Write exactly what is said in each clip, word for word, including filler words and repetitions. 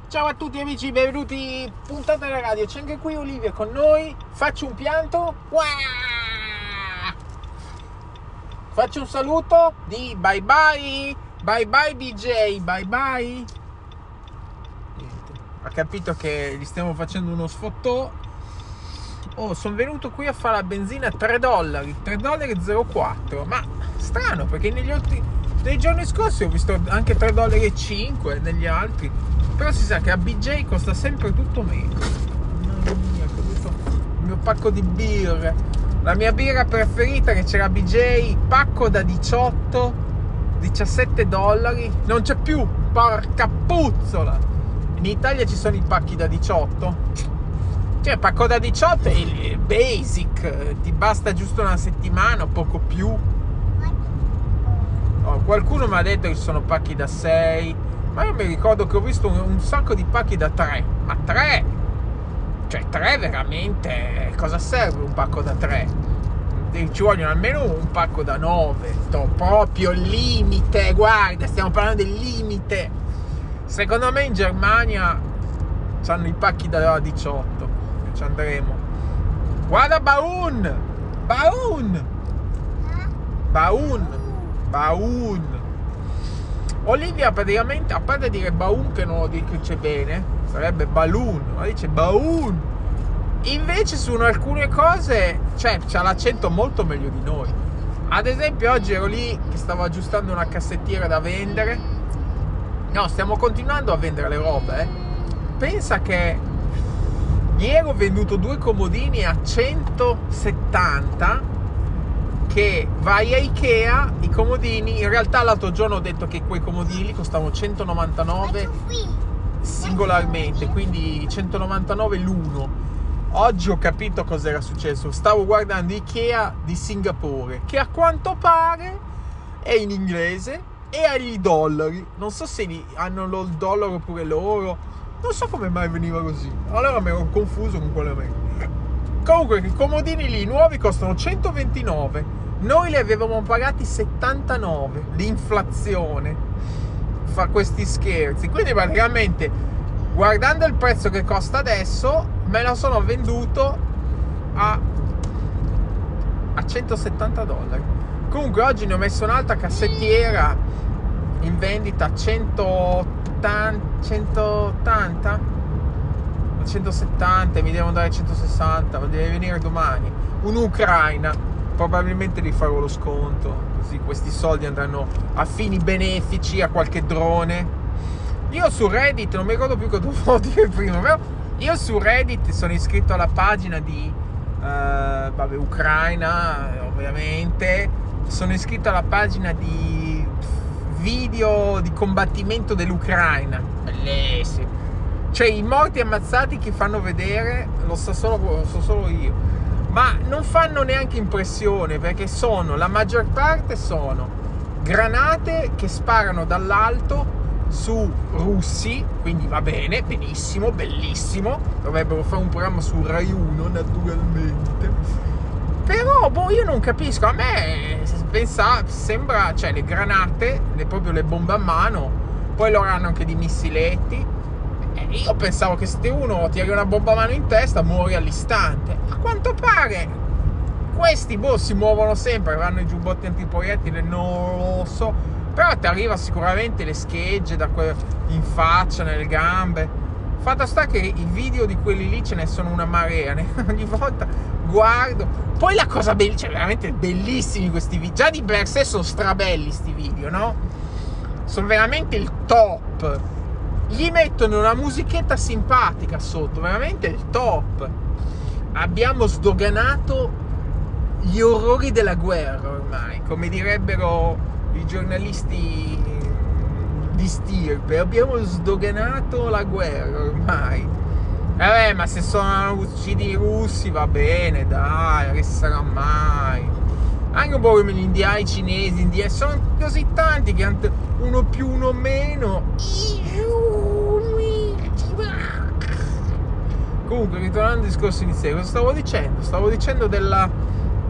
Ciao a tutti amici, benvenuti, puntata della radio, c'è anche qui Olivia con noi, faccio un pianto, Uah! Faccio un saluto di bye bye, bye bye D J, bye bye. Ha capito che gli stiamo facendo uno sfottò. Oh, sono venuto qui a fare la benzina a tre dollari, tre dollari e zero quattro, ma strano perché negli altri, nei giorni scorsi ho visto anche tre dollari e cinque negli altri, però si sa che a B J costa sempre tutto meno. Mamma mia, che ho visto il mio pacco di birre, la mia birra preferita che c'era a B J, pacco da diciotto, diciassette dollari, non c'è più, porca puzzola. In Italia ci sono i pacchi da diciotto. Cioè, il pacco da diciotto è il basic, ti basta giusto una settimana o poco più. Oh, qualcuno mi ha detto che ci sono pacchi da sei, ma io mi ricordo che ho visto un, un sacco di pacchi da tre. Ma tre? Cioè tre veramente? Cosa serve un pacco da tre? Ci vogliono almeno un pacco da nove. Sto proprio limite, guarda, stiamo parlando del limite. Secondo me in Germania hanno i pacchi da diciotto. Ci andremo. Guarda Baun, Baun, Baun, Baun. Olivia praticamente, a parte dire Baun che non lo dice bene, sarebbe Balloon, ma dice Baun. Invece su alcune cose, cioè, c'ha l'accento molto meglio di noi. Ad esempio oggi ero lì che stavo aggiustando una cassettiera da vendere. No, stiamo continuando a vendere le robe, eh. Pensa che ieri ho venduto due comodini a centosettanta, che vai a Ikea, i comodini, in realtà l'altro giorno ho detto che quei comodini costavano centonovantanove singolarmente, quindi centonovantanove l'uno. Oggi ho capito cosa era successo, stavo guardando Ikea di Singapore, che a quanto pare è in inglese e ha i dollari, non so se hanno il dollaro pure loro. Non so come mai veniva così. Allora mi ero confuso con quello americano. Comunque i comodini lì nuovi costano centoventinove. Noi li avevamo pagati settantanove. L'inflazione fa questi scherzi. Quindi praticamente, guardando il prezzo che costa adesso, me la sono venduto a, a centosettanta dollari. Comunque oggi ne ho messo un'altra cassettiera in vendita a centottanta, centottanta, centosettanta, mi devono dare centosessanta, ma deve venire domani. Un'Ucraina, probabilmente li farò lo sconto, così questi soldi andranno a fini benefici, a qualche drone. Io su Reddit, non mi ricordo più cosa dovevo dire prima, però io su Reddit sono iscritto alla pagina di uh, vabbè, Ucraina, ovviamente. Sono iscritto alla pagina di video di combattimento dell'Ucraina, bellissimo. Cioè i morti ammazzati che fanno vedere lo so solo, lo so solo io, ma non fanno neanche impressione, perché sono, la maggior parte sono granate che sparano dall'alto su russi, quindi va bene, benissimo, bellissimo, dovrebbero fare un programma su Rai uno naturalmente. Però boh, io non capisco, a me pensa, sembra, cioè le granate, le, proprio le bombe a mano, poi loro hanno anche dei missiletti, e io pensavo che se uno tiri una bomba a mano in testa muori all'istante. A quanto pare questi boh si muovono sempre, avranno i giubbotti antiproiettile, non lo so, però ti arriva sicuramente le schegge da que- in faccia, nelle gambe. Fatto sta che i video di quelli lì ce ne sono una marea, ogni volta guardo. Poi la cosa bella, cioè veramente bellissimi questi video, già di per sé sono strabelli sti video, no? Sono veramente il top. Gli mettono una musichetta simpatica sotto, veramente il top. Abbiamo sdoganato gli orrori della guerra ormai, come direbbero i giornalisti di stirpe. Abbiamo sdoganato la guerra ormai. Eh ma se sono uccidi i russi va bene, dai, che sarà mai. Anche un po' come gli indiani, i cinesi, indiani, sono così tanti che uno più uno meno. Comunque, ritornando al discorso iniziale, cosa stavo dicendo? Stavo dicendo della,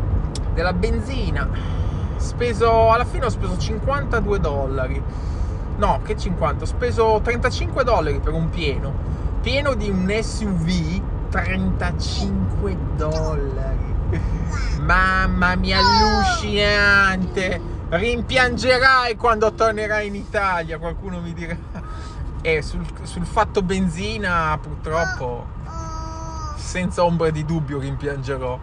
della benzina. Speso, alla fine ho speso cinquantadue dollari. no, che cinquanta, ho speso trentacinque dollari per un pieno, pieno di un S U V, trentacinque dollari, mamma mia, allucinante, rimpiangerai quando tornerai in Italia, qualcuno mi dirà, e sul, sul fatto benzina purtroppo senza ombra di dubbio rimpiangerò.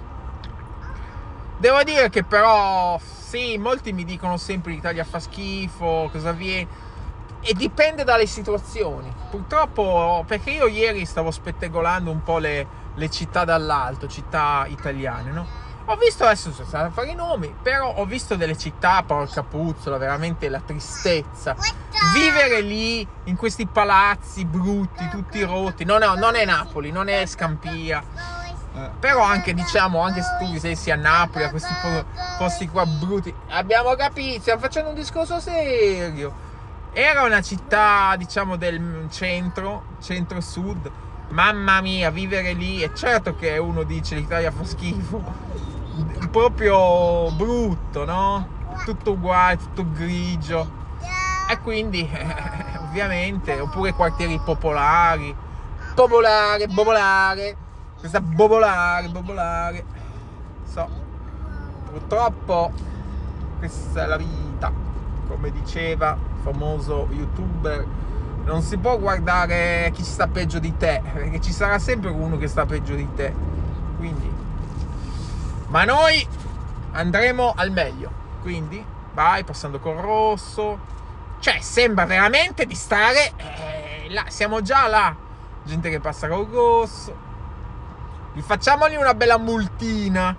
Devo dire che però sì, molti mi dicono sempre l'Italia fa schifo, cosa viene, e dipende dalle situazioni, purtroppo, perché io ieri stavo spettegolando un po' le, le città dall'alto, città italiane, no? Ho visto, adesso non so se fare i nomi, però ho visto delle città, porca puzzola, veramente la tristezza, vivere lì in questi palazzi brutti, tutti rotti, no no, non è Napoli, non è Scampia, Eh, però anche, diciamo, anche se tu sei a Napoli, a questi posti qua brutti, abbiamo capito, stiamo facendo un discorso serio. Era una città, diciamo, del centro, centro-sud, mamma mia, vivere lì, è certo che uno dice l'Italia fa schifo, proprio brutto, no? Tutto uguale, tutto grigio, e quindi, eh, ovviamente, oppure quartieri popolari, popolare, popolare, questa bobolare, bobolare, so, purtroppo questa è la vita, come diceva il famoso youtuber, non si può guardare chi sta peggio di te, perché ci sarà sempre uno che sta peggio di te, quindi, ma noi andremo al meglio, quindi vai passando col rosso, cioè sembra veramente di stare eh, là, siamo già là, gente che passa col rosso. Facciamogli una bella multina.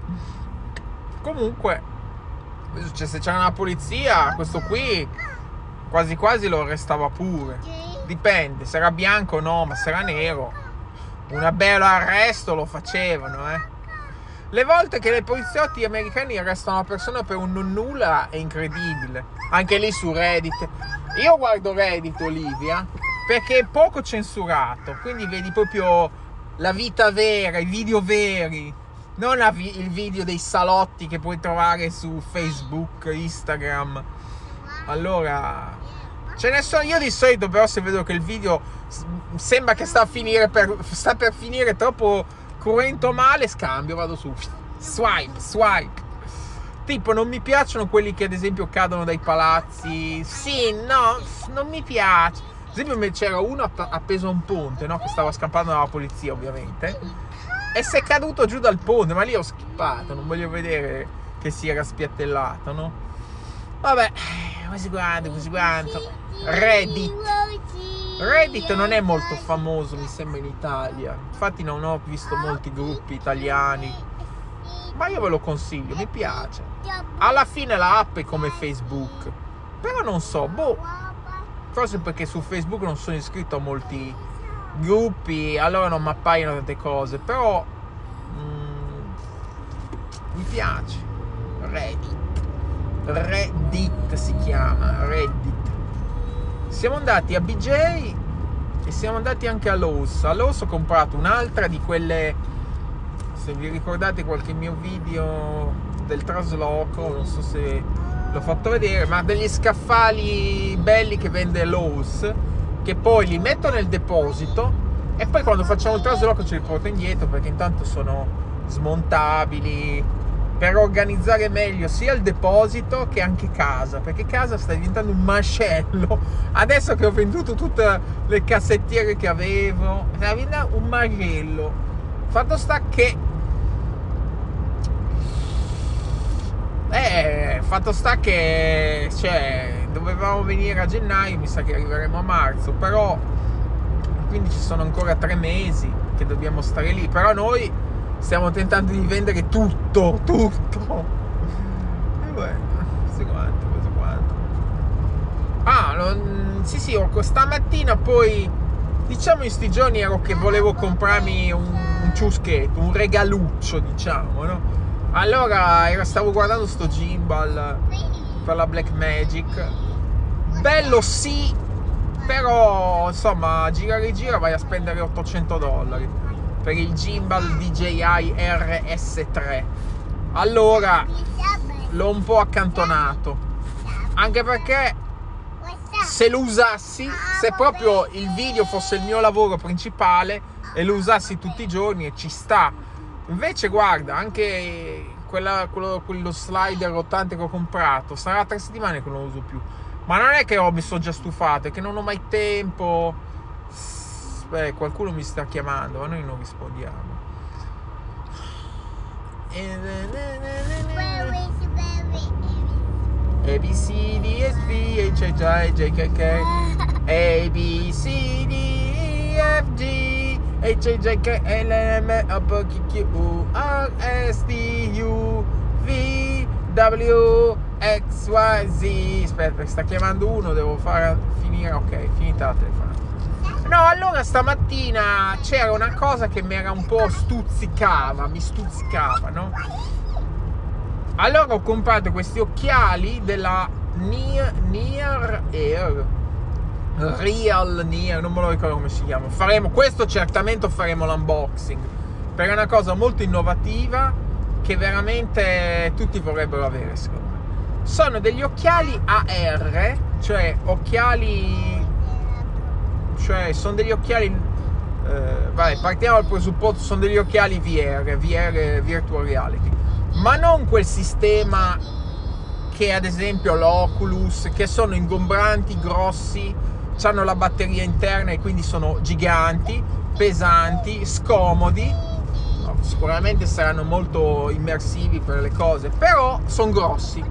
Comunque, se c'era una polizia, questo qui quasi quasi lo arrestava pure. Dipende, se era bianco o no, ma se era nero, una bella arresto lo facevano, eh. Le volte che i poliziotti americani arrestano una persona per un non nulla è incredibile. Anche lì su Reddit. Io guardo Reddit, Olivia, perché è poco censurato, quindi vedi proprio la vita vera, i video veri, non vi- il video dei salotti che puoi trovare su Facebook, Instagram. Allora, ce ne so io di solito, però se vedo che il video sembra che sta a finire per, sta per finire troppo cruento male, scambio, vado su swipe, swipe. Tipo, non mi piacciono quelli che ad esempio cadono dai palazzi. Sì, no, non mi piace. Ad esempio c'era uno appeso a un ponte, no? Che stava scappando dalla polizia, ovviamente, e si è caduto giù dal ponte, ma lì ho skippato, non voglio vedere che si era spiattellato, no? Vabbè, così quanto, così quanto. Reddit. Reddit non è molto famoso, mi sembra, in Italia. Infatti non ho visto molti gruppi italiani, ma io ve lo consiglio, mi piace. Alla fine la app è come Facebook, però non so, boh, forse perché su Facebook non sono iscritto a molti gruppi, allora non mi appaiono tante cose, però mm, mi piace. Reddit. Reddit si chiama, Reddit. Siamo andati a B J e siamo andati anche a Lowe's. A Lowe's ho comprato un'altra di quelle, se vi ricordate qualche mio video del trasloco, non so se l'ho fatto vedere, ma degli scaffali belli che vende Lowe's, che poi li metto nel deposito e poi quando facciamo il trasloco ce li porto indietro, perché intanto sono smontabili, per organizzare meglio sia il deposito che anche casa, perché casa sta diventando un macello adesso che ho venduto tutte le cassettiere che avevo, sta diventando un macello. Fatto sta che Eh, fatto sta che, cioè, dovevamo venire a gennaio, mi sa che arriveremo a marzo, però quindi ci sono ancora tre mesi che dobbiamo stare lì, però noi stiamo tentando di vendere tutto, tutto. E beh, questo quanto, questo quanto. Ah, non, sì sì, stamattina poi, diciamo in sti giorni ero che volevo comprarmi un, un ciuschetto, un regaluccio, diciamo, no? Allora stavo guardando sto gimbal per la Blackmagic, bello sì, però insomma gira e rigira vai a spendere ottocento dollari per il gimbal D J I R S tre. Allora l'ho un po' accantonato, anche perché se lo usassi, se proprio il video fosse il mio lavoro principale e lo usassi tutti i giorni, e ci sta. Invece guarda, anche quella, quello, quello slider rotante che ho comprato, sarà tre settimane che non lo uso più. Ma non è che oh, mi sono già stufato, è che non ho mai tempo. Beh, qualcuno mi sta chiamando, ma noi non rispondiamo. A B C D S B H I J K K A B C D E F G H I J K L M N O P Q R S T U V W X Y Z. Aspetta, perché sta chiamando uno, devo far finire. Ok, finita la telefonata. No, allora stamattina c'era una cosa che mi era un po' stuzzicava, mi stuzzicava, no? Allora ho comprato questi occhiali della Near, Near Air, Real Near, non me lo ricordo come si chiama. Faremo questo, certamente faremo l'unboxing, perché è una cosa molto innovativa che veramente tutti vorrebbero avere, secondo me. Sono degli occhiali A R, cioè occhiali, cioè sono degli occhiali, eh, vai, partiamo dal presupposto, sono degli occhiali V R, V R, Virtual Reality, ma non quel sistema che ad esempio l'Oculus, che sono ingombranti, grossi, hanno la batteria interna e quindi sono giganti, pesanti, scomodi. No, sicuramente saranno molto immersivi per le cose, però sono grossi.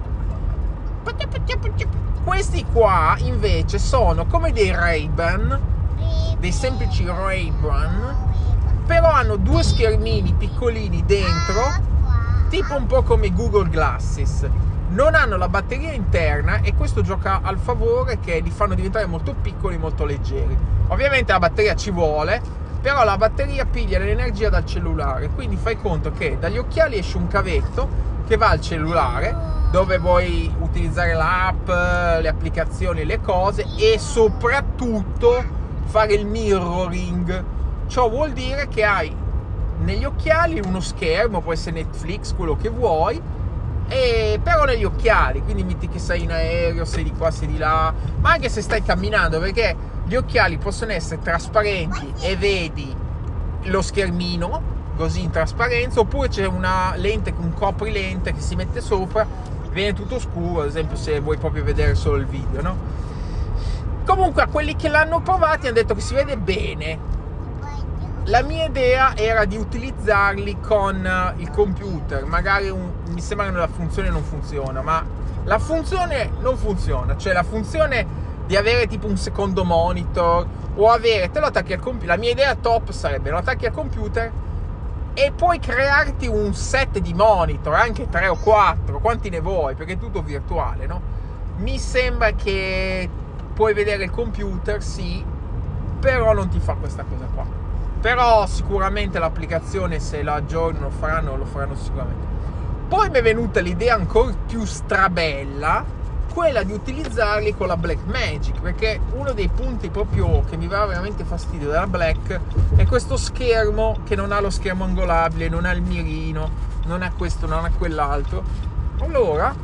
Questi qua invece sono come dei Ray-Ban, dei semplici Ray-Ban, però hanno due schermini piccolini dentro, tipo un po' come Google Glasses. Non hanno la batteria interna e questo gioca al favore che li fanno diventare molto piccoli, molto leggeri. Ovviamente la batteria ci vuole, però la batteria piglia l'energia dal cellulare, quindi fai conto che dagli occhiali esce un cavetto che va al cellulare, dove vuoi utilizzare l'app, le applicazioni, le cose, e soprattutto fare il mirroring. Ciò vuol dire che hai negli occhiali uno schermo, può essere Netflix, quello che vuoi, e però negli occhiali, quindi metti che sei in aereo, sei di qua, sei di là, ma anche se stai camminando, perché gli occhiali possono essere trasparenti e vedi lo schermino così in trasparenza, oppure c'è una lente, un coprilente che si mette sopra, viene tutto scuro, ad esempio se vuoi proprio vedere solo il video, no? Comunque a quelli che l'hanno provati hanno detto che si vede bene. La mia idea era di utilizzarli con il computer, magari un, mi sembra che la funzione non funziona, ma la funzione non funziona, cioè la funzione di avere tipo un secondo monitor o avere, te lo attacchi al computer, la mia idea top sarebbe lo attacchi al computer e puoi crearti un set di monitor, anche tre o quattro, quanti ne vuoi, perché è tutto virtuale, no? Mi sembra che puoi vedere il computer, sì, però non ti fa questa cosa qua. Però sicuramente l'applicazione, se la aggiornano, faranno, lo faranno sicuramente. Poi mi è venuta l'idea ancora più strabella, quella di utilizzarli con la Blackmagic, perché uno dei punti proprio che mi va veramente fastidio della Black è questo schermo che non ha lo schermo angolabile, non ha il mirino, non ha questo, non ha quell'altro. Allora,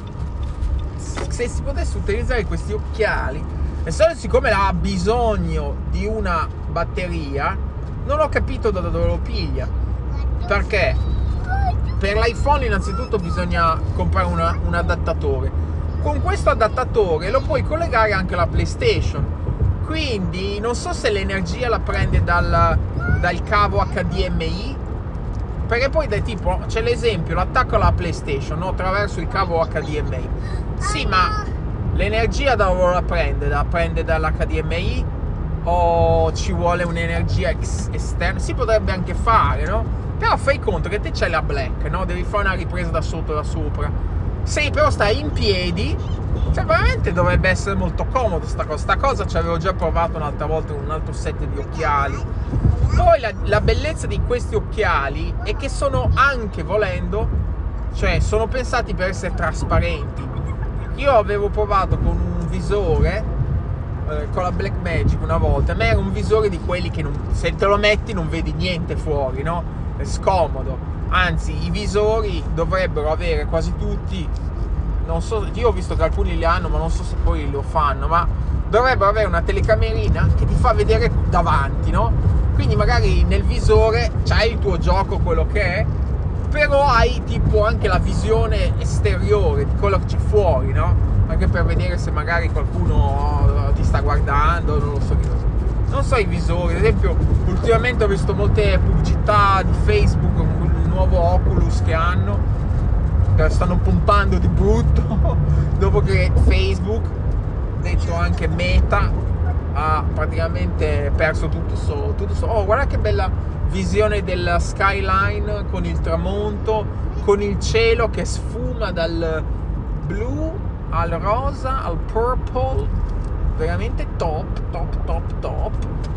se si potesse utilizzare questi occhiali, e solo siccome ha bisogno di una batteria, non ho capito da dove lo piglia, perché per l'iPhone innanzitutto bisogna comprare una, un adattatore. Con questo adattatore lo puoi collegare anche alla PlayStation, quindi non so se l'energia la prende dal, dal cavo H D M I, perché poi dai tipo c'è l'esempio, l'attacco alla PlayStation, no? Attraverso il cavo H D M I. Sì, ma l'energia da dove la prende? La prende dall'H D M I o ci vuole un'energia ex- esterna? Si potrebbe anche fare, no? Però fai conto che te c'hai la Black, no? Devi fare una ripresa da sotto, da sopra. Sì, però stai in piedi, cioè veramente dovrebbe essere molto comodo sta cosa. Sta cosa ci avevo già provato un'altra volta con un altro set di occhiali. Poi la, la bellezza di questi occhiali è che sono anche, volendo, cioè sono pensati per essere trasparenti. Io avevo provato con un visore con la Blackmagic una volta, ma era un visore di quelli che non, se te lo metti non vedi niente fuori, no? È scomodo. Anzi, i visori dovrebbero avere quasi tutti, non so, io ho visto che alcuni li hanno, ma non so se poi lo fanno, ma dovrebbero avere una telecamerina che ti fa vedere davanti, no? Quindi magari nel visore c'hai il tuo gioco, quello che è, però hai tipo anche la visione esteriore di quello che c'è fuori, no? Anche per vedere se magari qualcuno ti sta guardando, non lo so che cosa. Non so i visori, ad esempio ultimamente ho visto molte pubblicità di Facebook con il nuovo Oculus che hanno, che stanno pompando di brutto dopo che Facebook, detto anche Meta, ha praticamente perso tutto so, tutto so. Oh, guarda che bella visione della skyline con il tramonto, con il cielo che sfuma dal blu al rosa al purple, veramente top, top, top, top.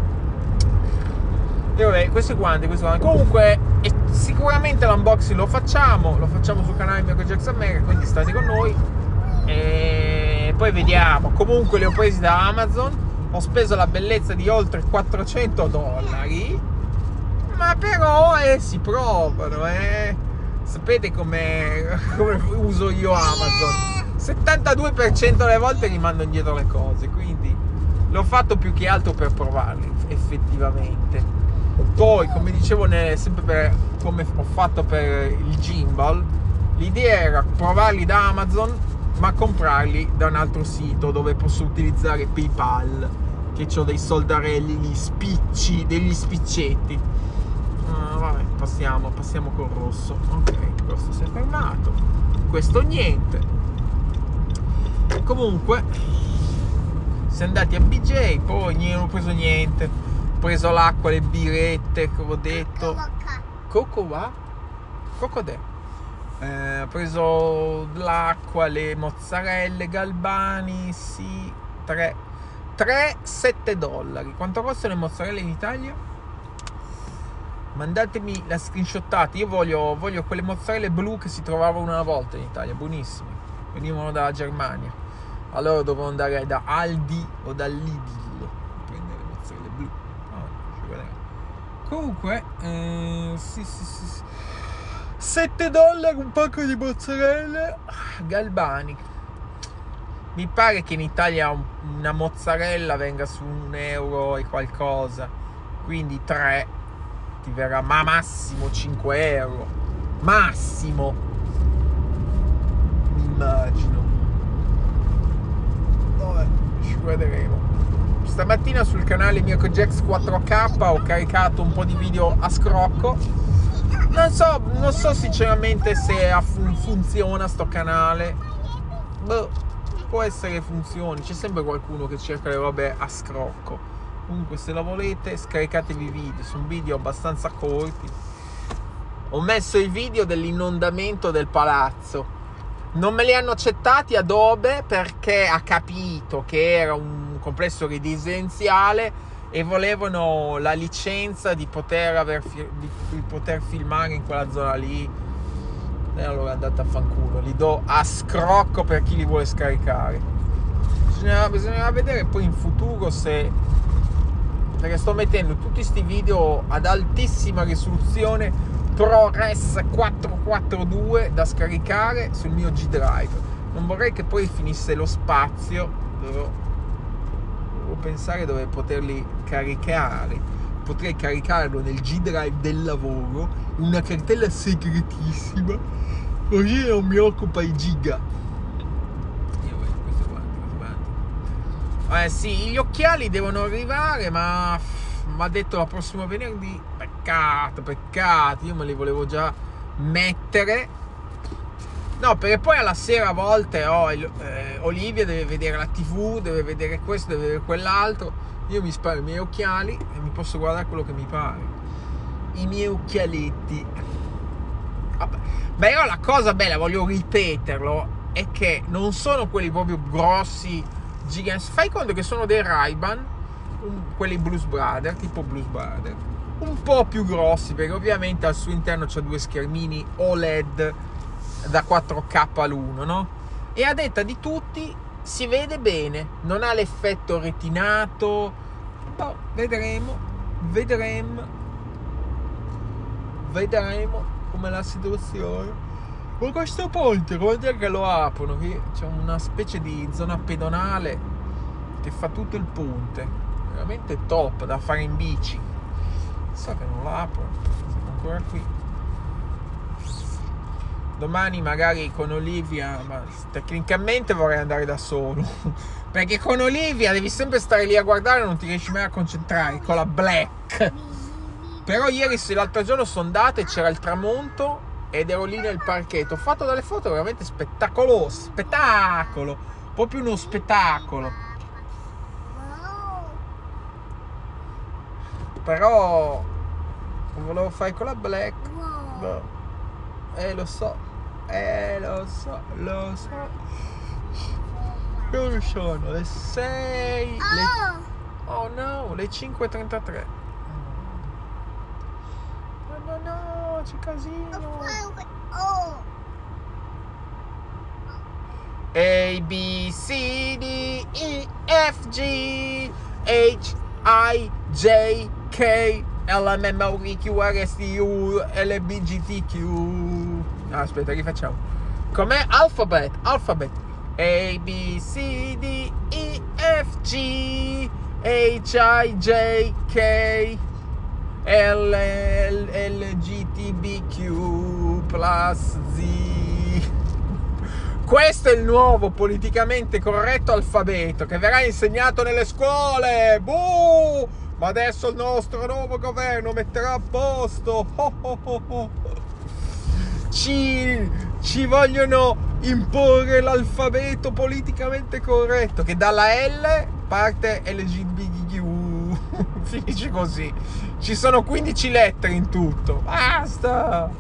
E vabbè, questo è quanto, questo è quanto. Comunque sicuramente l'unboxing lo facciamo, lo facciamo sul canale Michael Jackson America, quindi state con noi e poi vediamo. Comunque li ho presi da Amazon, ho speso la bellezza di oltre quattrocento dollari, ma però eh, si provano, eh. Sapete come uso io Amazon? settantadue per cento delle volte rimando indietro le cose, quindi l'ho fatto più che altro per provarli effettivamente. Poi, come dicevo, sempre per, come ho fatto per il gimbal, l'idea era provarli da Amazon ma comprarli da un altro sito dove posso utilizzare PayPal, che ho dei soldarelli, gli spicci, degli spiccetti. Uh, vabbè, passiamo, passiamo col rosso. Ok, questo si è fermato, questo niente. Comunque siamo andati a B J, poi non ho preso niente, ho preso l'acqua, le birrette che ho detto, Coco va? Cocodè. Eh, ho preso l'acqua, le mozzarelle Galbani, sì, tre, sette dollari. Quanto costano le mozzarelle in Italia? Mandatemi la screenshotata. Io voglio, voglio quelle mozzarelle blu che si trovavano una volta in Italia, buonissime, venivano dalla Germania. Allora dovevo andare da Aldi o da Lidl a prendere le mozzarelle blu. Oh, comunque eh, sì, sì, sì, sì. sette dollari un pacco di mozzarelle Galbani. Mi pare che in Italia una mozzarella venga su un euro e qualcosa, quindi tre ti verrà ma massimo cinque euro, massimo, mi immagino. Vabbè, ci guarderemo. Stamattina sul canale Mirko Jax quattro K ho caricato un po' di video a scrocco. Non so, non so sinceramente se fun- funziona sto canale. Boh, può essere che funzioni. C'è sempre qualcuno che cerca le robe a scrocco. Comunque se la volete scaricatevi i video. Sono video abbastanza corti. Ho messo i video dell'inondamento del palazzo. Non me li hanno accettati Adobe perché ha capito che era un complesso residenziale e volevano la licenza di poter, aver, di, di poter filmare in quella zona lì. E allora andate a fanculo, li do a scrocco per chi li vuole scaricare. Bisognerà, bisognerà vedere poi in futuro se, perché sto mettendo tutti questi video ad altissima risoluzione ProRes quattrocentoquarantadue da scaricare sul mio G Drive. Non vorrei che poi finisse lo spazio, devo, devo pensare dove poterli caricare. Potrei caricarlo nel G Drive del lavoro, una cartella segretissima, così non mi occupa i giga. Eh sì, gli occhiali devono arrivare, ma mi ha detto la prossima venerdì. Peccato, peccato, io me li volevo già mettere. No, perché poi alla sera a volte oh, eh, Olivia deve vedere la tivù, deve vedere questo, deve vedere quell'altro. Io mi sparo i miei occhiali e mi posso guardare quello che mi pare. I miei occhialetti. Vabbè. Beh, io la cosa bella, voglio ripeterlo, è che non sono quelli proprio grossi, giganti. Fai conto che sono dei Ray-Ban, quelli Blues Brothers, tipo Blues Brothers, un po' più grossi, perché ovviamente al suo interno c'è due schermini O L E D da quattro K l'uno, no? E a detta di tutti si vede bene, non ha l'effetto retinato. Oh, vedremo, vedremo, vedremo com'è la situazione. Ma questo ponte, come dire che lo aprono? Che c'è una specie di zona pedonale ti fa tutto il ponte, veramente top da fare in bici. So che non lo apro, siamo ancora qui. Domani magari con Olivia, ma tecnicamente vorrei andare da solo, perché con Olivia devi sempre stare lì a guardare e non ti riesci mai a concentrare con la Black. Però ieri, l'altro giorno sono andato e c'era il tramonto ed ero lì nel parchetto, ho fatto delle foto veramente spettacolose, spettacolo, proprio uno spettacolo. Però volevo fare con la Black. Boh. Eh lo so, eh lo so, lo so. Dove sono? Le sei. Le... Oh no, le cinque e trentatré. No, no, no, c'è casino. A, B, C, D, E, F, G, H, I, J, K, L, M, N, O, P, Q, R, S, T, U, L, B, G, T, Q. Ah, aspetta, rifacciamo. Com'è? Alphabet, alphabet. A, B, C, D, E, F, G, H, I, J, K, L, L, L, G, T, B, Q, plus, Z. Questo è il nuovo politicamente corretto alfabeto che verrà insegnato nelle scuole. Buh! Ma adesso il nostro nuovo governo metterà a posto. Oh, oh, oh, oh. Ci, ci vogliono imporre l'alfabeto politicamente corretto, che dalla L parte L G B T Q. Finisce così. Ci sono quindici lettere in tutto. Basta.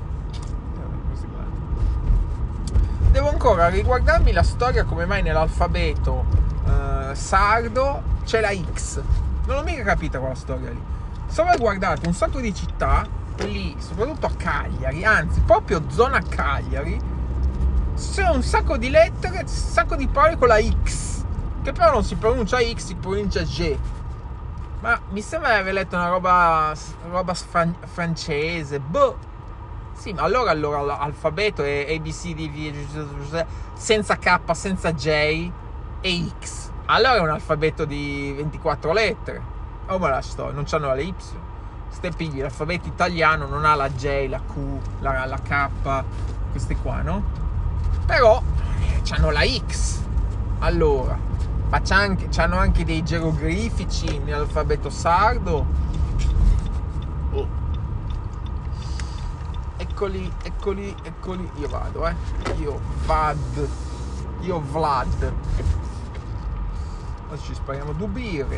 Devo ancora riguardarmi la storia, come mai nell'alfabeto uh, sardo c'è la X. Non l'ho mica capita quella storia lì. Stavo guardando un sacco di città lì, soprattutto a Cagliari, anzi proprio zona Cagliari, c'è un sacco di lettere, un sacco di parole con la X, che però non si pronuncia X, si pronuncia G. Ma mi sembra di aver letto una roba, roba fran- francese, boh. Sì, ma allora, allora l'alfabeto è A, B, C, D, V, senza K, senza J e X. Allora è un alfabeto di ventiquattro lettere. Oh, ma la sto, non c'hanno la Y. Ste pigli, l'alfabeto italiano non ha la J, la Q, la, la K, queste qua, no? Però eh, c'hanno la X. Allora, ma c'ha anche, c'hanno anche dei geroglifici nell'alfabeto sardo. Oh. Eccoli, eccoli, eccoli. Io vado, eh. Io vad. Io Vlad. Adesso ci spariamo due birre.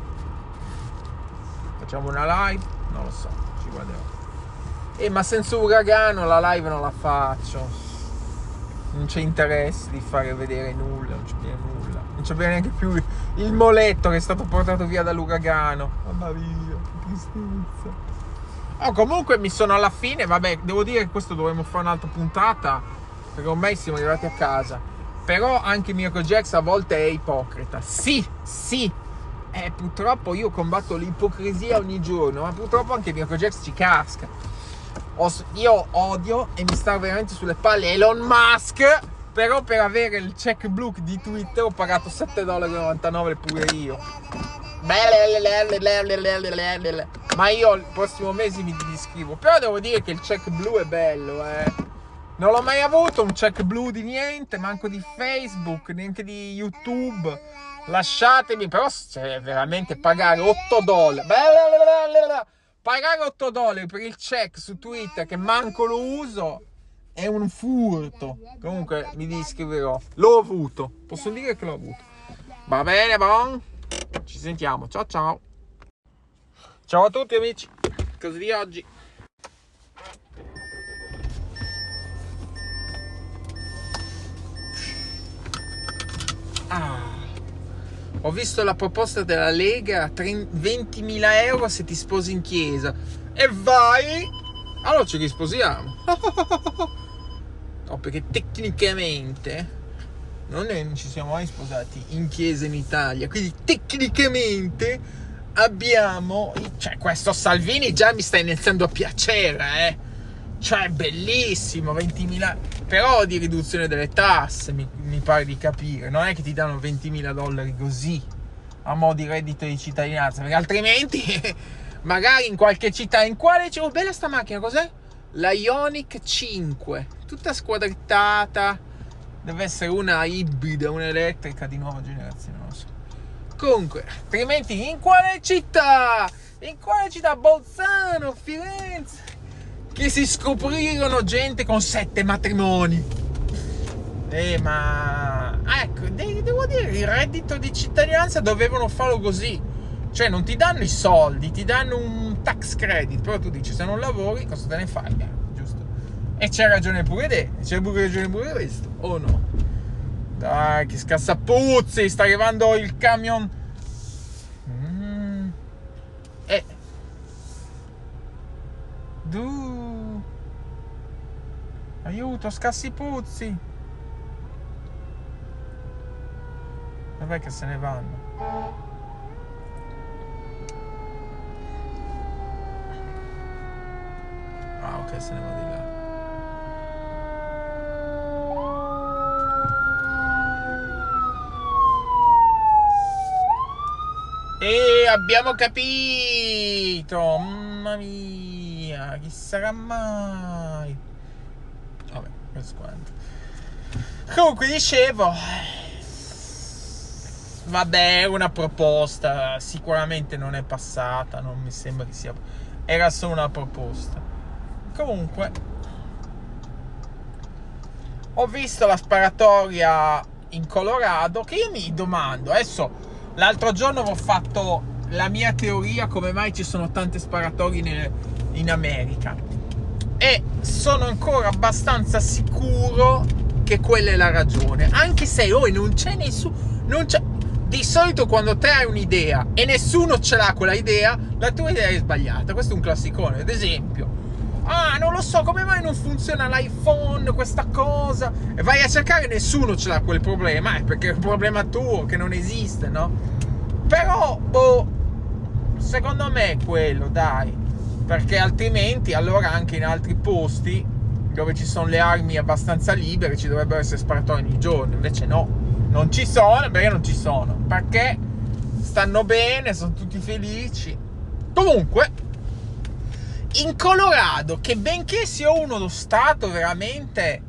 Facciamo una live. Non lo so, ci guarderò. Eh, ma senza uragano la live non la faccio. Non c'è interesse di fare vedere nulla. Non c'è più nulla. Non c'è neanche più il moletto che è stato portato via dall'uragano. Mamma mia, che tristezza. Oh, comunque mi sono alla fine, vabbè, devo dire che questo dovremmo fare un'altra puntata, perché ormai siamo arrivati a casa. Però anche Mirko Jax a volte è ipocrita. Sì, sì. Eh, purtroppo io combatto l'ipocrisia ogni giorno, ma purtroppo anche Mirko Jax ci casca. Io odio e mi sta veramente sulle palle Elon Musk, però per avere il check blu di Twitter ho pagato sette virgola novantanove dollari pure io. Ma io il prossimo mese mi disiscrivo. Però devo dire che il check blu è bello, eh. Non l'ho mai avuto un check blu di niente, manco di Facebook, neanche di YouTube. Lasciatemi, però cioè, veramente pagare otto dollari. Pagare otto dollari per il check su Twitter che manco lo uso è un furto. Comunque mi disiscriverò. L'ho avuto. Posso dire che l'ho avuto. Va bene, bon. Ci sentiamo. Ciao ciao. Ciao a tutti amici. Cosa di oggi? Ah, ho visto la proposta della Lega, ventimila euro se ti sposi in chiesa. E vai! Allora ci risposiamo. No, perché tecnicamente non, è, non ci siamo mai sposati in chiesa in Italia. Quindi tecnicamente abbiamo... Cioè, questo Salvini già mi sta iniziando a piacere, eh. Cioè, bellissimo, ventimila... Però di riduzione delle tasse, mi, mi pare di capire. Non è che ti danno ventimila dollari così. a mo' di reddito di cittadinanza, perché altrimenti magari in qualche città, in quale... Oh, bella sta macchina, cos'è? La Ioniq cinque, tutta squadrettata, deve essere una ibrida, un'elettrica di nuova generazione, non lo so. Comunque, altrimenti in quale città? In quale città? Bolzano, Firenze, che si scoprirono gente con sette matrimoni. Eh, ma... ecco, devo dire, il reddito di cittadinanza dovevano farlo così. Cioè non ti danno i soldi, ti danno un tax credit, però tu dici se non lavori cosa te ne fai? Eh, giusto? E c'è ragione pure te, c'è pure ragione pure questo, o no? Dai, che scassapuzzi, sta arrivando il camion. Mm. Eh. Du. Aiuto, scassipuzzi. Dov'è che se ne vanno? Ah, ok, se ne va di là. E abbiamo capito! Mamma mia, chi sarà mai? Vabbè, questo quanto. Comunque dicevo, vabbè, una proposta sicuramente non è passata, non mi sembra che sia, era solo una proposta. Comunque ho visto la sparatoria in Colorado, che io mi domando adesso, l'altro giorno ho fatto la mia teoria come mai ci sono tante sparatorie in, in America, e sono ancora abbastanza sicuro che quella è la ragione, anche se oh, non c'è nessuno, non c'è. Di solito quando te hai un'idea e nessuno ce l'ha quella idea, la tua idea è sbagliata. Questo è un classicone. Ad esempio, ah, non lo so, come mai non funziona l'iPhone, questa cosa, e vai a cercare e nessuno ce l'ha quel problema, è perché è un problema tuo che non esiste, no? Però, boh, secondo me è quello, dai, perché altrimenti allora anche in altri posti dove ci sono le armi abbastanza libere ci dovrebbero essere sparatori ogni giorno, invece no, non ci sono. Perché non ci sono? Perché stanno bene, sono tutti felici. Comunque, in Colorado, che benché sia uno lo stato veramente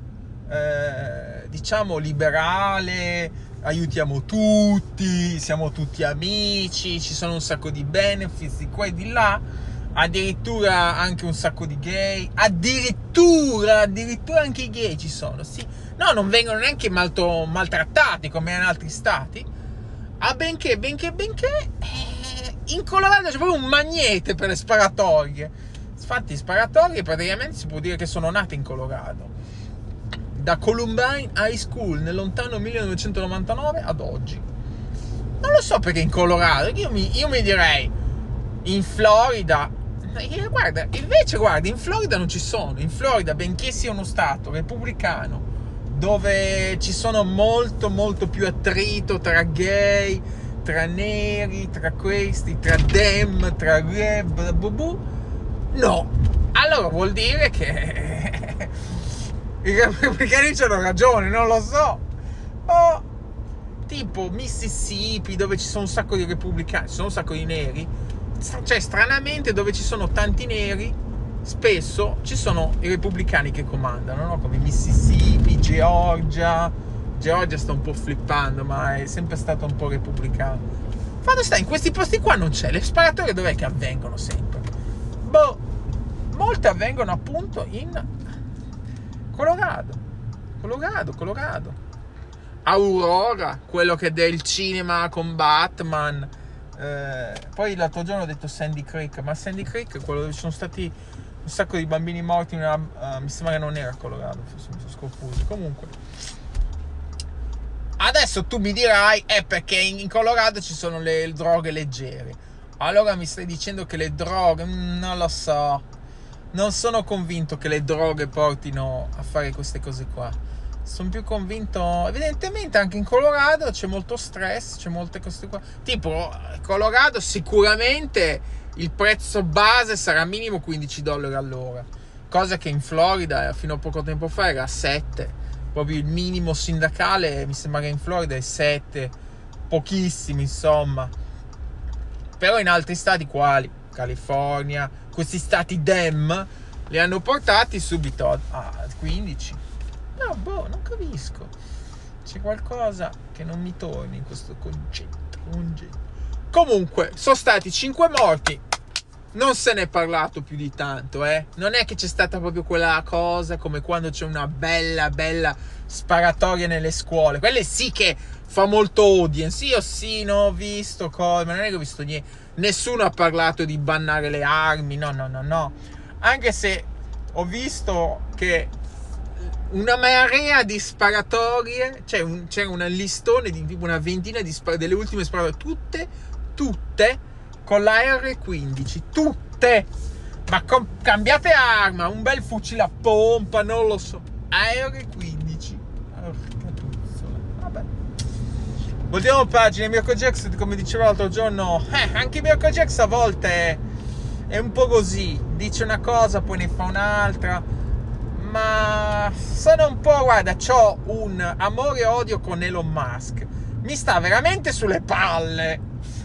eh, diciamo liberale, aiutiamo tutti, siamo tutti amici, ci sono un sacco di benefits di qua e di là, addirittura anche un sacco di gay, addirittura addirittura anche i gay ci sono, sì, no, non vengono neanche malto, maltrattati come in altri stati. Ah, benché benché benché eh, in Colorado c'è proprio un magnete per le sparatorie. Infatti sparatorie praticamente si può dire che sono nate in Colorado, da Columbine High School nel lontano millenovecentonovantanove ad oggi. Non lo so perché in Colorado, io mi, io mi direi in Florida, guarda, invece guarda, in Florida non ci sono. In Florida, benché sia uno stato repubblicano dove ci sono molto molto più attrito tra gay, tra neri, tra questi, tra dem, tra reb, bubu, no, allora vuol dire che i repubblicani hanno ragione, non lo so. O tipo Mississippi, dove ci sono un sacco di repubblicani, ci sono un sacco di neri, cioè stranamente dove ci sono tanti neri spesso ci sono i repubblicani che comandano, no? Come Mississippi, Georgia. Georgia sta un po' flippando, ma è sempre stato un po' repubblicano. Quando sta in questi posti qua non c'è. Le sparatorie dov'è che avvengono sempre? Boh, molte avvengono appunto in Colorado. Colorado, Colorado. Aurora, quello che è del cinema con Batman. Eh, poi l'altro giorno ho detto Sandy Creek, ma Sandy Creek è quello dove ci sono stati un sacco di bambini morti in una, uh, mi sembra che non era Colorado, forse mi sono sconfuso. Comunque adesso tu mi dirai è eh, perché in Colorado ci sono le droghe leggere. Allora mi stai dicendo che le droghe, mm, non lo so, non sono convinto che le droghe portino a fare queste cose qua. Sono più convinto, evidentemente anche in Colorado c'è molto stress, c'è molte cose qua. Tipo, Colorado sicuramente il prezzo base sarà minimo quindici dollari all'ora, cosa che in Florida fino a poco tempo fa era sette. Proprio il minimo sindacale mi sembra che in Florida è sette, pochissimi insomma. Però in altri stati quali California, questi stati Dem li hanno portati subito a quindici. No, boh, non capisco, c'è qualcosa che non mi torna in questo concetto, concetto. Comunque sono stati cinque morti, non se ne è parlato più di tanto, eh. Non è che c'è stata proprio quella cosa come quando c'è una bella bella sparatoria nelle scuole, quelle sì che fa molto audience. Io sì, non ho visto cose, ma non è che ho visto niente, nessuno ha parlato di bannare le armi, no no no no, anche se ho visto che una marea di sparatorie, cioè un, c'era un listone di tipo una ventina di spar- delle ultime sparatorie, tutte tutte con la erre quindici, tutte, ma com- cambiate arma, un bel fucile a pompa, non lo so, erre quindici. Porca puzzola. Vabbè, voltiamo pagina. Mirko Jax, come diceva l'altro giorno, eh, anche Mirko Jax a volte è, è un po' così, dice una cosa poi ne fa un'altra, ma sono un po', guarda, c'ho un amore e odio con Elon Musk, mi sta veramente sulle palle.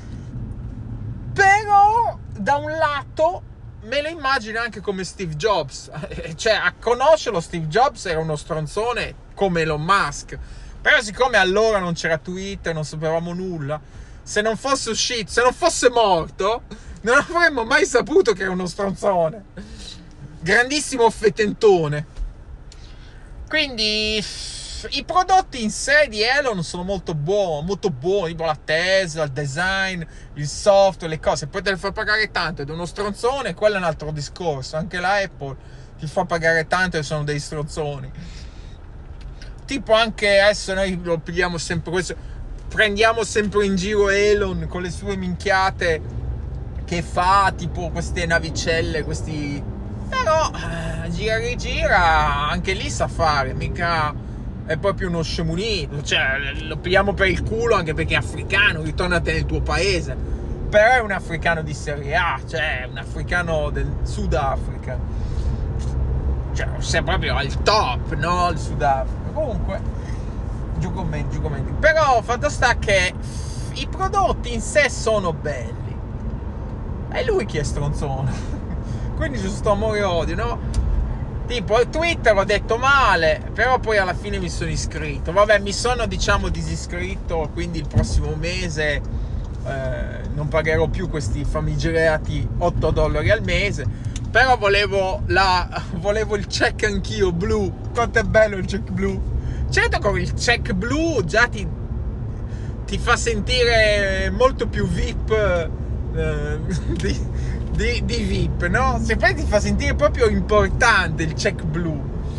Però da un lato me lo immagino anche come Steve Jobs, cioè a conoscerlo Steve Jobs era uno stronzone come Elon Musk, però siccome allora non c'era Twitter, non sapevamo nulla, se non fosse uscito, se non fosse morto, non avremmo mai saputo che era uno stronzone, grandissimo fetentone. Quindi i prodotti in sé di Elon sono molto buoni, molto buoni, tipo la Tesla, il design, il software, le cose, poi te le fa pagare tanto ed è uno stronzone, quello è un altro discorso. Anche la Apple ti fa pagare tanto e sono dei stronzoni. Tipo anche adesso noi lo pigliamo sempre questo, prendiamo sempre in giro Elon con le sue minchiate che fa, tipo queste navicelle, questi, però eh, gira e rigira, anche lì sa fare, mica è proprio uno scemunito, cioè lo pigliamo per il culo anche perché è africano, ritornate nel tuo paese, però è un africano di serie A, cioè un africano del Sudafrica, cioè sei proprio al top, no, il Sudafrica. Comunque giù commenti, giù commenti, però fatto sta che i prodotti in sé sono belli, è lui che è stronzone. Quindi c'è sto amore e odio, no? Tipo Twitter ho detto male, però poi alla fine mi sono iscritto. Vabbè, mi sono diciamo disiscritto, quindi il prossimo mese eh, non pagherò più questi famigerati otto dollari al mese. Però volevo la volevo il check anch'io blu. Quanto è bello il check blu. Certo, con il check blu già ti ti fa sentire molto più V I P eh, di Di, di V I P, no? Se poi ti fa sentire proprio importante il check blu.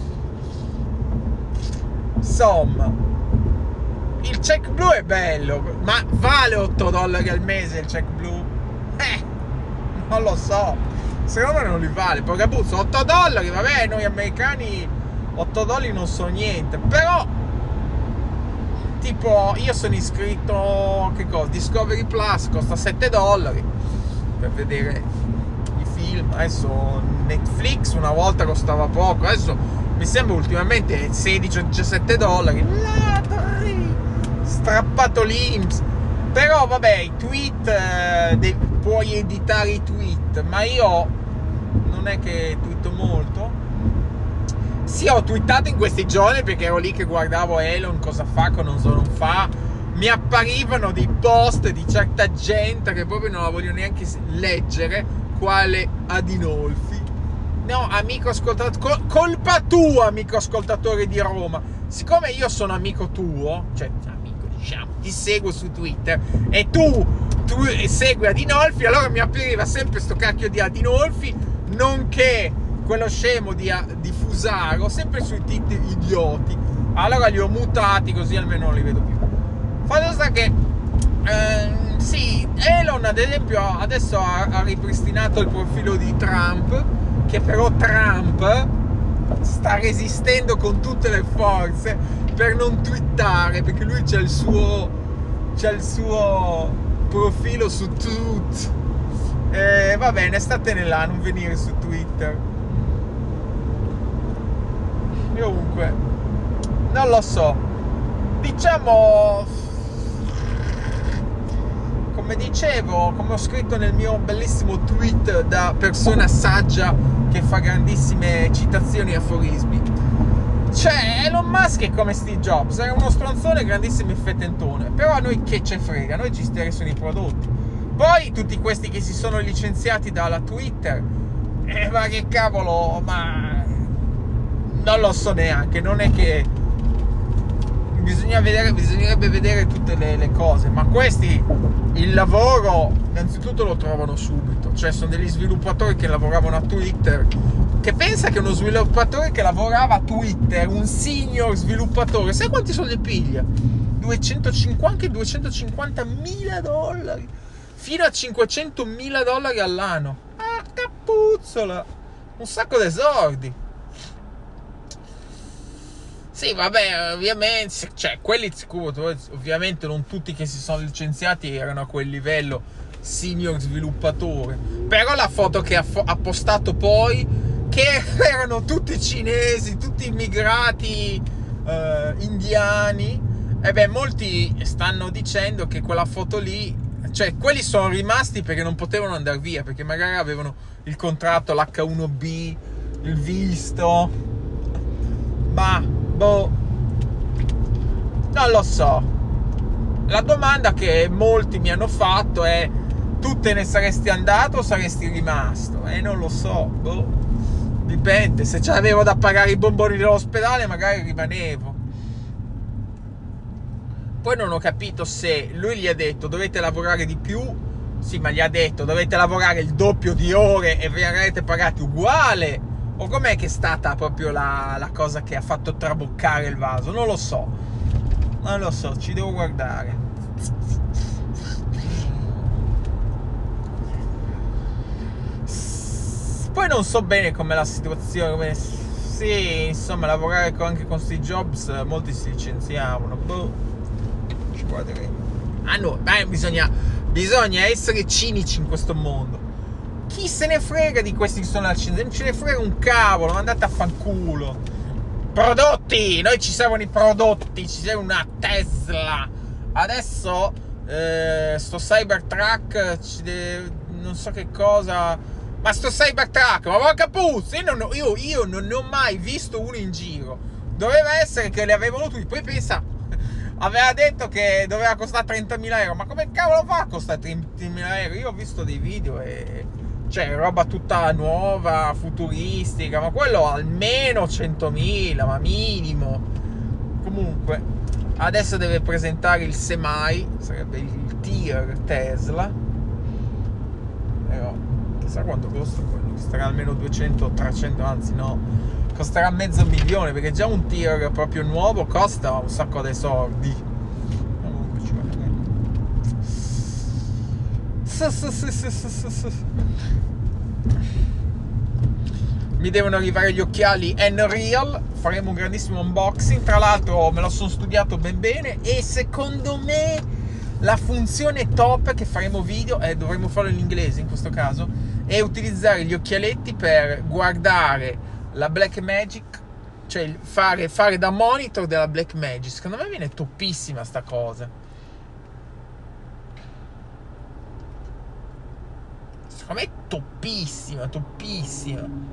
Insomma, il check blu è bello, ma vale otto dollari al mese il check blu? Eh, non lo so, secondo me non li vale, perché puzzo, otto dollari, vabbè, noi americani otto dollari non sono niente, però tipo io sono iscritto, che cosa? Discovery Plus costa sette dollari per vedere i film. Adesso Netflix una volta costava poco, adesso mi sembra ultimamente sedici o diciassette dollari, strappato l'I N P S. Però vabbè, i tweet eh, de- puoi editare i tweet, ma io non è che twitto molto. Sì, ho twittato in questi giorni perché ero lì che guardavo Elon cosa fa, cosa non fa. Mi apparivano dei post di certa gente che proprio non la voglio neanche leggere, quale Adinolfi. No, amico ascoltatore, col- colpa tua, amico ascoltatore di Roma. Siccome io sono amico tuo, cioè amico diciamo, ti seguo su Twitter e tu, tu segui Adinolfi, allora mi appariva sempre sto cacchio di Adinolfi, nonché quello scemo di, di Fusaro, sempre sui titoli idioti. Allora li ho mutati così almeno non li vedo più. Fatto sta che ehm, sì, Elon ad esempio adesso ha, ha ripristinato il profilo di Trump, che però Trump sta resistendo con tutte le forze per non twittare, perché lui c'ha il suo c'ha il suo profilo su Truth. E va bene, statene là, non venire su Twitter. E comunque non lo so, diciamo, come dicevo, come ho scritto nel mio bellissimo tweet da persona saggia che fa grandissime citazioni e aforismi, cioè Elon Musk è come Steve Jobs, era uno stronzone grandissimo e fettentone, però a noi che ce frega, a noi ci interessano i prodotti. Poi tutti questi che si sono licenziati dalla Twitter, eh, ma che cavolo, ma non lo so neanche, non è che bisogna vedere, bisognerebbe vedere tutte le, le cose, ma questi il lavoro innanzitutto lo trovano subito, cioè sono degli sviluppatori che lavoravano a Twitter, che pensa che uno sviluppatore che lavorava a Twitter, un senior sviluppatore, sai quanti soldi piglia? duecentocinquanta, anche duecentocinquantamila dollari fino a cinquecentomila dollari all'anno. Ah, capuzzola, un sacco di soldi. Sì, vabbè, ovviamente, cioè, quelli sicuro, ovviamente non tutti che si sono licenziati erano a quel livello senior sviluppatore, però la foto che ha, fo- ha postato poi, che erano tutti cinesi, tutti immigrati eh, indiani, e beh, molti stanno dicendo che quella foto lì, cioè, quelli sono rimasti perché non potevano andare via, perché magari avevano il contratto, l'H uno B, il visto, ma boh, non lo so. La domanda che molti mi hanno fatto è: tu te ne saresti andato o saresti rimasto? E eh, non lo so, boh, dipende. Se c'avevo da pagare i bomboni dell'ospedale magari rimanevo. Poi non ho capito se lui gli ha detto dovete lavorare di più. Sì, ma gli ha detto dovete lavorare il doppio di ore e verrete pagati uguale, o com'è che è stata proprio la, la cosa che ha fatto traboccare il vaso? Non lo so, non lo so, ci devo guardare. Poi non so bene com'è la situazione, come... sì, insomma, lavorare anche con Steve Jobs, molti si licenziavano, boh, ci guarderemo. Ah no, beh, bisogna, bisogna essere cinici in questo mondo. Chi se ne frega di questi che sono al centro? Non ce ne frega un cavolo, andate a fanculo. Prodotti, noi ci servono i prodotti, ci serve una Tesla. Adesso eh, sto Cybertruck, ci deve, non so che cosa, ma sto Cybertruck, ma porca puzza, io non, io, io non ne ho mai visto uno in giro. Doveva essere che li avevano tutti, poi pensa, aveva detto che doveva costare trentamila euro, ma come cavolo fa a costare trentamila euro? Io ho visto dei video e... cioè roba tutta nuova, futuristica, ma quello almeno centomila, ma minimo. Comunque adesso deve presentare il Semi, sarebbe il Tier Tesla, però chissà quanto costa quello, costerà almeno duecento trecento, anzi no, costerà mezzo milione, perché già un Tier proprio nuovo costa un sacco di soldi. Comunque ci vedremo. Sì, sì, sì, sì, sì, sì. Mi devono arrivare gli occhiali Nreal, faremo un grandissimo unboxing, tra l'altro me lo sono studiato ben bene e secondo me la funzione top che faremo video, e eh, dovremmo farlo in inglese in questo caso, è utilizzare gli occhialetti per guardare la Blackmagic, cioè fare, fare da monitor della Blackmagic. Secondo me viene toppissima sta cosa. Secondo me è toppissima, toppissima.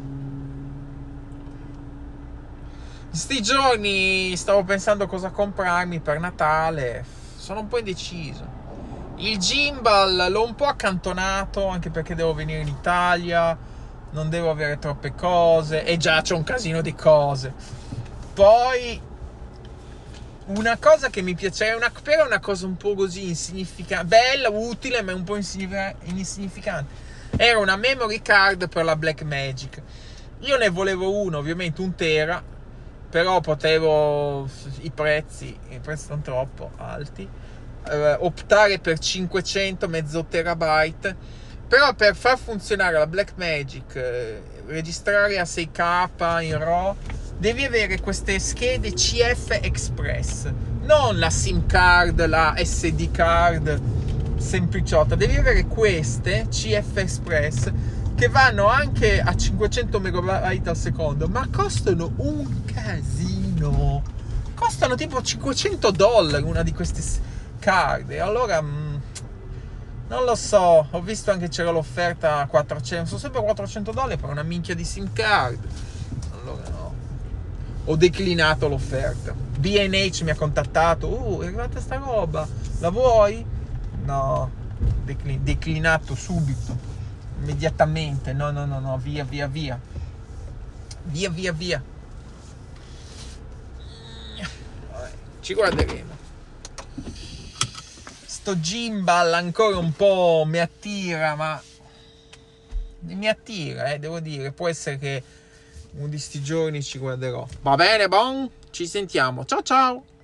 In sti giorni stavo pensando cosa comprarmi per Natale, sono un po' indeciso. Il gimbal l'ho un po' accantonato, anche perché devo venire in Italia, non devo avere troppe cose, e già c'ho un casino di cose. Poi una cosa che mi piaceva, una, però è una cosa un po' così insignificante, bella, utile, ma un po' insignificante, era una memory card per la Blackmagic. Io ne volevo uno, ovviamente un tera, però potevo, i prezzi i prezzi sono troppo alti, eh, optare per cinquecento, mezzo terabyte. Però per far funzionare la Blackmagic, eh, registrare a sei K in RAW, devi avere queste schede C F Express, non la SIM card, la S D card sempliciotta. Devi avere queste C F Express che vanno anche a cinquecento megabyte al secondo, ma costano un casino. Costano tipo cinquecento dollari una di queste card. E allora mh, Non lo so, ho visto anche c'era l'offerta a quattrocento, sono sempre quattrocento dollari per una minchia di SIM card. Allora no. Ho declinato l'offerta. B and H mi ha contattato, uh, è arrivata sta roba, la vuoi? No, Declin- declinato subito, immediatamente, no, no, no, no, via, via, via. Via, via, via. Ci guarderemo. Sto gimbal ancora un po' mi attira, ma mi attira, eh, devo dire. Può essere che uno di sti giorni ci guarderò. Va bene, bon? Ci sentiamo. Ciao ciao!